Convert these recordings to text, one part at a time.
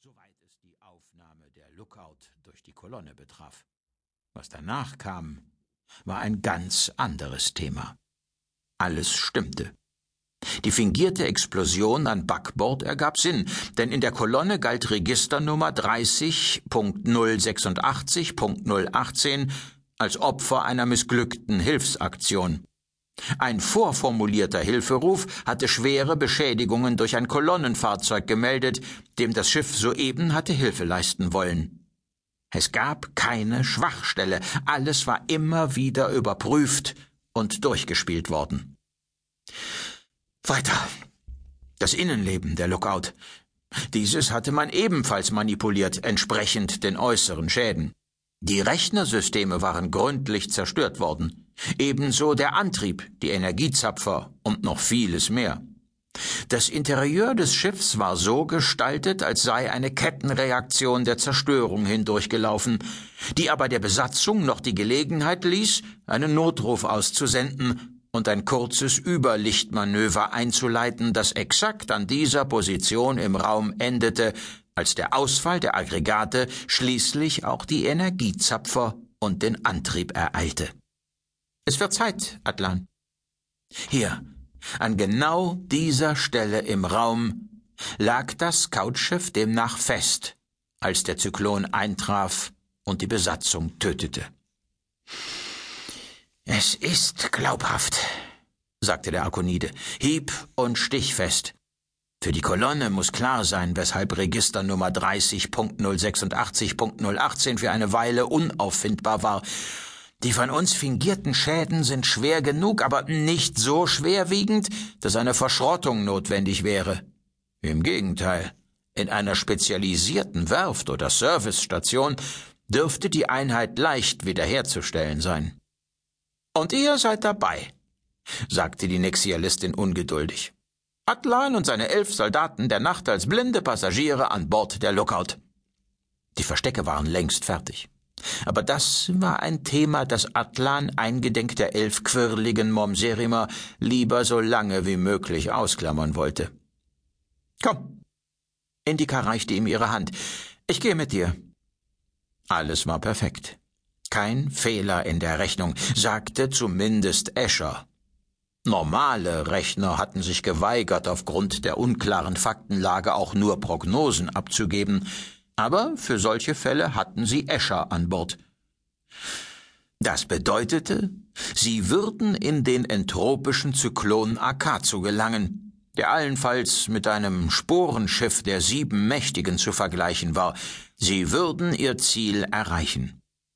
soweit es die Aufnahme der Lookout durch die Kolonne betraf. Was danach kam, war ein ganz anderes Thema. Alles stimmte. Die fingierte Explosion an Backbord ergab Sinn, denn in der Kolonne galt Registernummer 30.086.018 als Opfer einer missglückten Hilfsaktion. Ein vorformulierter Hilferuf hatte schwere Beschädigungen durch ein Kolonnenfahrzeug gemeldet, dem das Schiff soeben hatte Hilfe leisten wollen. Es gab keine Schwachstelle, alles war immer wieder überprüft und durchgespielt worden. Weiter. Das Innenleben der Lookout. Dieses hatte man ebenfalls manipuliert, entsprechend den äußeren Schäden. Die Rechnersysteme waren gründlich zerstört worden. Ebenso der Antrieb, die Energiezapfer und noch vieles mehr. Das Interieur des Schiffs war so gestaltet, als sei eine Kettenreaktion der Zerstörung hindurchgelaufen, die aber der Besatzung noch die Gelegenheit ließ, einen Notruf auszusenden und ein kurzes Überlichtmanöver einzuleiten, das exakt an dieser Position im Raum endete, als der Ausfall der Aggregate schließlich auch die Energiezapfer und den Antrieb ereilte. Es wird Zeit, Atlan. Hier, an genau dieser Stelle im Raum, lag das Scoutschiff demnach fest, als der Zyklon eintraf und die Besatzung tötete. »Es ist glaubhaft«, sagte der Arkonide, hieb- und stichfest. Für die Kolonne muss klar sein, weshalb Registernummer 30.086.018 für eine Weile unauffindbar war. Die von uns fingierten Schäden sind schwer genug, aber nicht so schwerwiegend, dass eine Verschrottung notwendig wäre. Im Gegenteil, in einer spezialisierten Werft oder Servicestation dürfte die Einheit leicht wiederherzustellen sein. »Und ihr seid dabei«, sagte die Nexialistin ungeduldig. »Atlan und seine 11 Soldaten der Nacht als blinde Passagiere an Bord der Lookout.« Die Verstecke waren längst fertig. Aber das war ein Thema, das Atlan eingedenk der 11 quirligen Momserimer lieber so lange wie möglich ausklammern wollte. »Komm!« Indika reichte ihm ihre Hand. »Ich gehe mit dir.« Alles war perfekt. Kein Fehler in der Rechnung, sagte zumindest Escher. Normale Rechner hatten sich geweigert, aufgrund der unklaren Faktenlage auch nur Prognosen abzugeben, aber für solche Fälle hatten sie Escher an Bord. Das bedeutete, sie würden in den entropischen Zyklon Akazu gelangen, der allenfalls mit einem Sporenschiff der 7 Mächtigen zu vergleichen war. Sie würden ihr Ziel erreichen.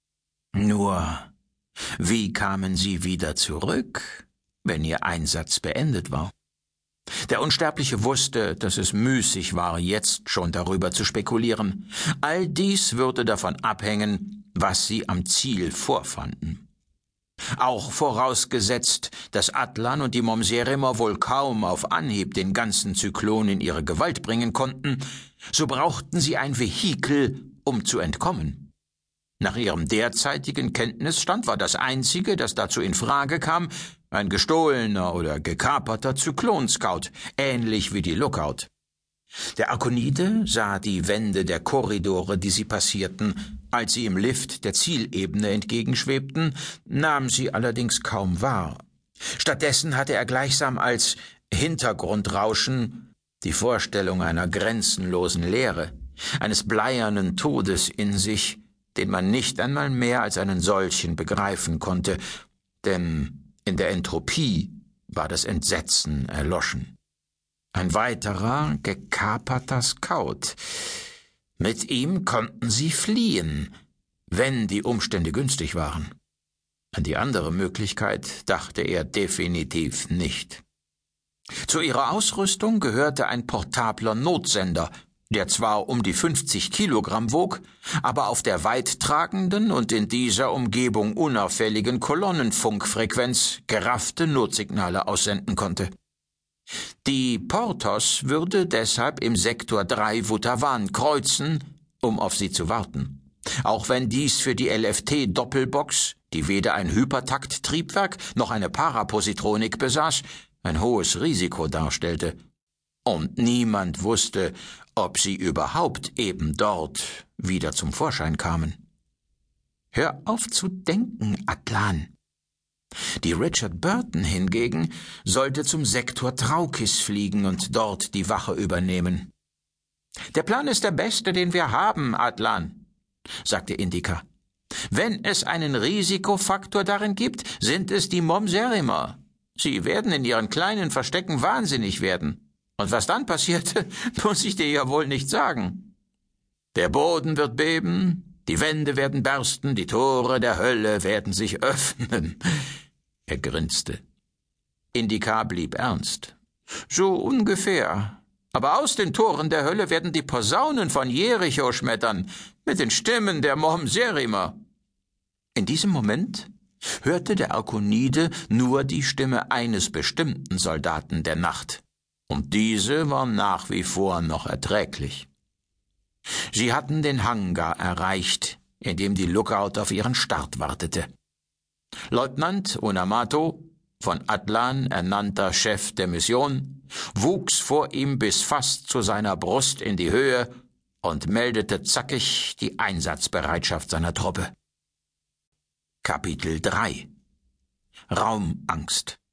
Nur, wie kamen sie wieder zurück, wenn ihr Einsatz beendet war? Der Unsterbliche wusste, dass es müßig war, jetzt schon darüber zu spekulieren. All dies würde davon abhängen, was sie am Ziel vorfanden. Auch vorausgesetzt, dass Atlan und die Momserimer wohl kaum auf Anhieb den ganzen Zyklon in ihre Gewalt bringen konnten, so brauchten sie ein Vehikel, um zu entkommen. Nach ihrem derzeitigen Kenntnisstand war das Einzige, das dazu in Frage kam, ein gestohlener oder gekaperter Zyklonscout, ähnlich wie die Lookout. Der Arkonide sah die Wände der Korridore, die sie passierten. Als sie im Lift der Zielebene entgegenschwebten, nahm sie allerdings kaum wahr. Stattdessen hatte er gleichsam als Hintergrundrauschen die Vorstellung einer grenzenlosen Leere, eines bleiernen Todes in sich, den man nicht einmal mehr als einen solchen begreifen konnte, denn in der Entropie war das Entsetzen erloschen. Ein weiterer gekaperter Scout. Mit ihm konnten sie fliehen, wenn die Umstände günstig waren. An die andere Möglichkeit dachte er definitiv nicht. Zu ihrer Ausrüstung gehörte ein portabler Notsender, der zwar um die 50 Kilogramm wog, aber auf der weittragenden und in dieser Umgebung unauffälligen Kolonnenfunkfrequenz geraffte Notsignale aussenden konnte. Die Portos würde deshalb im Sektor 3 Vutawan kreuzen, um auf sie zu warten. Auch wenn dies für die LFT-Doppelbox, die weder ein Hypertakttriebwerk noch eine Parapositronik besaß, ein hohes Risiko darstellte. Und niemand wusste, ob sie überhaupt eben dort wieder zum Vorschein kamen. Hör auf zu denken, Atlan. Die Richard Burton hingegen sollte zum Sektor Traukis fliegen und dort die Wache übernehmen. »Der Plan ist der beste, den wir haben, Atlan«, sagte Indika. »Wenn es einen Risikofaktor darin gibt, sind es die Momserimer. Sie werden in ihren kleinen Verstecken wahnsinnig werden. Und was dann passiert, muss ich dir ja wohl nicht sagen. Der Boden wird beben, die Wände werden bersten, die Tore der Hölle werden sich öffnen.« Er grinste. Indika blieb ernst. »So ungefähr. Aber aus den Toren der Hölle werden die Posaunen von Jericho schmettern, mit den Stimmen der Momserimer.« In diesem Moment hörte der Arkonide nur die Stimme eines bestimmten Soldaten der Nacht, und diese war nach wie vor noch erträglich. Sie hatten den Hangar erreicht, in dem die Lookout auf ihren Start wartete. Leutnant Unamato, von Atlan ernannter Chef der Mission, wuchs vor ihm bis fast zu seiner Brust in die Höhe und meldete zackig die Einsatzbereitschaft seiner Truppe. Kapitel 3 Raumangst.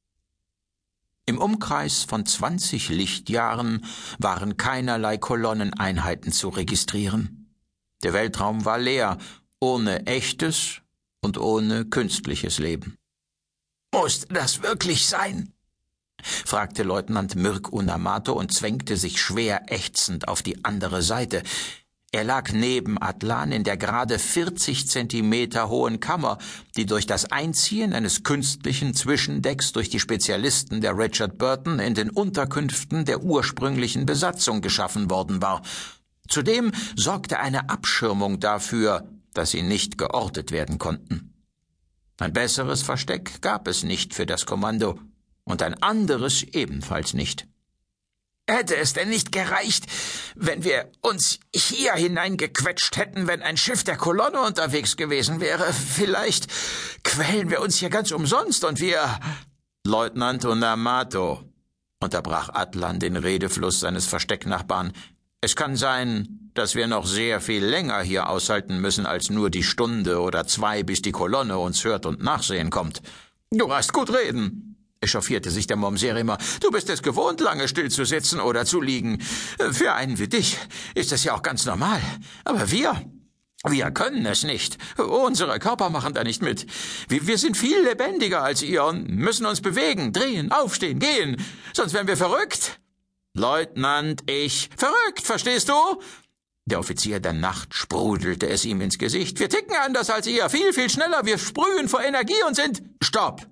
Im Umkreis von 20 Lichtjahren waren keinerlei Kolonneneinheiten zu registrieren. Der Weltraum war leer, ohne echtes und ohne künstliches Leben. »Muss das wirklich sein?« fragte Leutnant Mirk Unamato und zwängte sich schwer ächzend auf die andere Seite. Er lag neben Atlan in der gerade 40 Zentimeter hohen Kammer, die durch das Einziehen eines künstlichen Zwischendecks durch die Spezialisten der Richard Burton in den Unterkünften der ursprünglichen Besatzung geschaffen worden war. Zudem sorgte eine Abschirmung dafür, dass sie nicht geortet werden konnten. Ein besseres Versteck gab es nicht für das Kommando und ein anderes ebenfalls nicht. »Hätte es denn nicht gereicht, wenn wir uns hier hineingequetscht hätten, wenn ein Schiff der Kolonne unterwegs gewesen wäre? Vielleicht quälen wir uns hier ganz umsonst und wir...« »Leutnant Unamato«, unterbrach Atlan den Redefluss seines Verstecknachbarn, »es kann sein, dass wir noch sehr viel länger hier aushalten müssen als nur die Stunde oder 2, bis die Kolonne uns hört und Nachsehen kommt.« »Du hast gut reden«, echauffierte sich der Momserimer. »Du bist es gewohnt, lange still zu sitzen oder zu liegen. Für einen wie dich ist das ja auch ganz normal. Aber wir können es nicht. Unsere Körper machen da nicht mit. Wir sind viel lebendiger als ihr und müssen uns bewegen, drehen, aufstehen, gehen. Sonst wären wir verrückt.« »Leutnant, verrückt, verstehst du?« Der Offizier der Nacht sprudelte es ihm ins Gesicht. »Wir ticken anders als ihr, viel, viel schneller. Wir sprühen vor Energie und sind...« »Stopp!«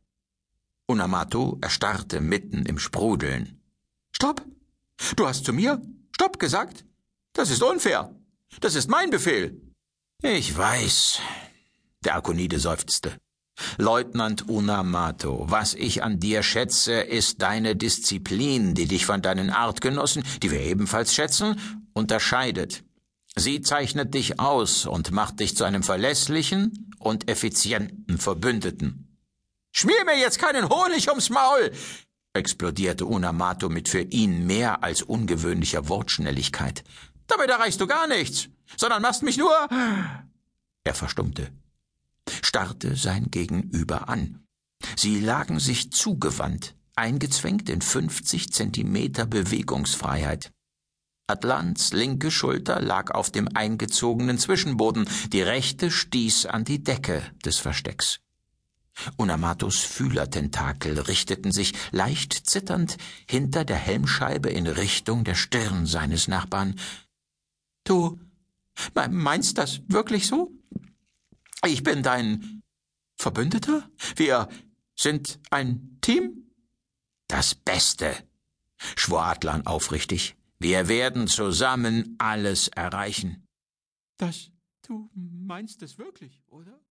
Unamato erstarrte mitten im Sprudeln. »Stopp! Du hast zu mir Stopp gesagt? Das ist unfair. Das ist mein Befehl.« »Ich weiß«, der Arkonide seufzte. »Leutnant Unamato, was ich an dir schätze, ist deine Disziplin, die dich von deinen Artgenossen, die wir ebenfalls schätzen, unterscheidet. Sie zeichnet dich aus und macht dich zu einem verlässlichen und effizienten Verbündeten.« »Schmier mir jetzt keinen Honig ums Maul«, explodierte Unamato mit für ihn mehr als ungewöhnlicher Wortschnelligkeit. »Damit erreichst du gar nichts, sondern machst mich nur...« Er verstummte, starrte sein Gegenüber an. Sie lagen sich zugewandt, eingezwängt in 50 Zentimeter Bewegungsfreiheit. Atlans linke Schulter lag auf dem eingezogenen Zwischenboden, die rechte stieß an die Decke des Verstecks. Unamatos Fühlertentakel richteten sich leicht zitternd hinter der Helmscheibe in Richtung der Stirn seines Nachbarn. »Du meinst das wirklich so? Ich bin dein Verbündeter? Wir sind ein Team?« »Das Beste«, schwor Atlan aufrichtig. »Wir werden zusammen alles erreichen.« »Du meinst es wirklich, oder?«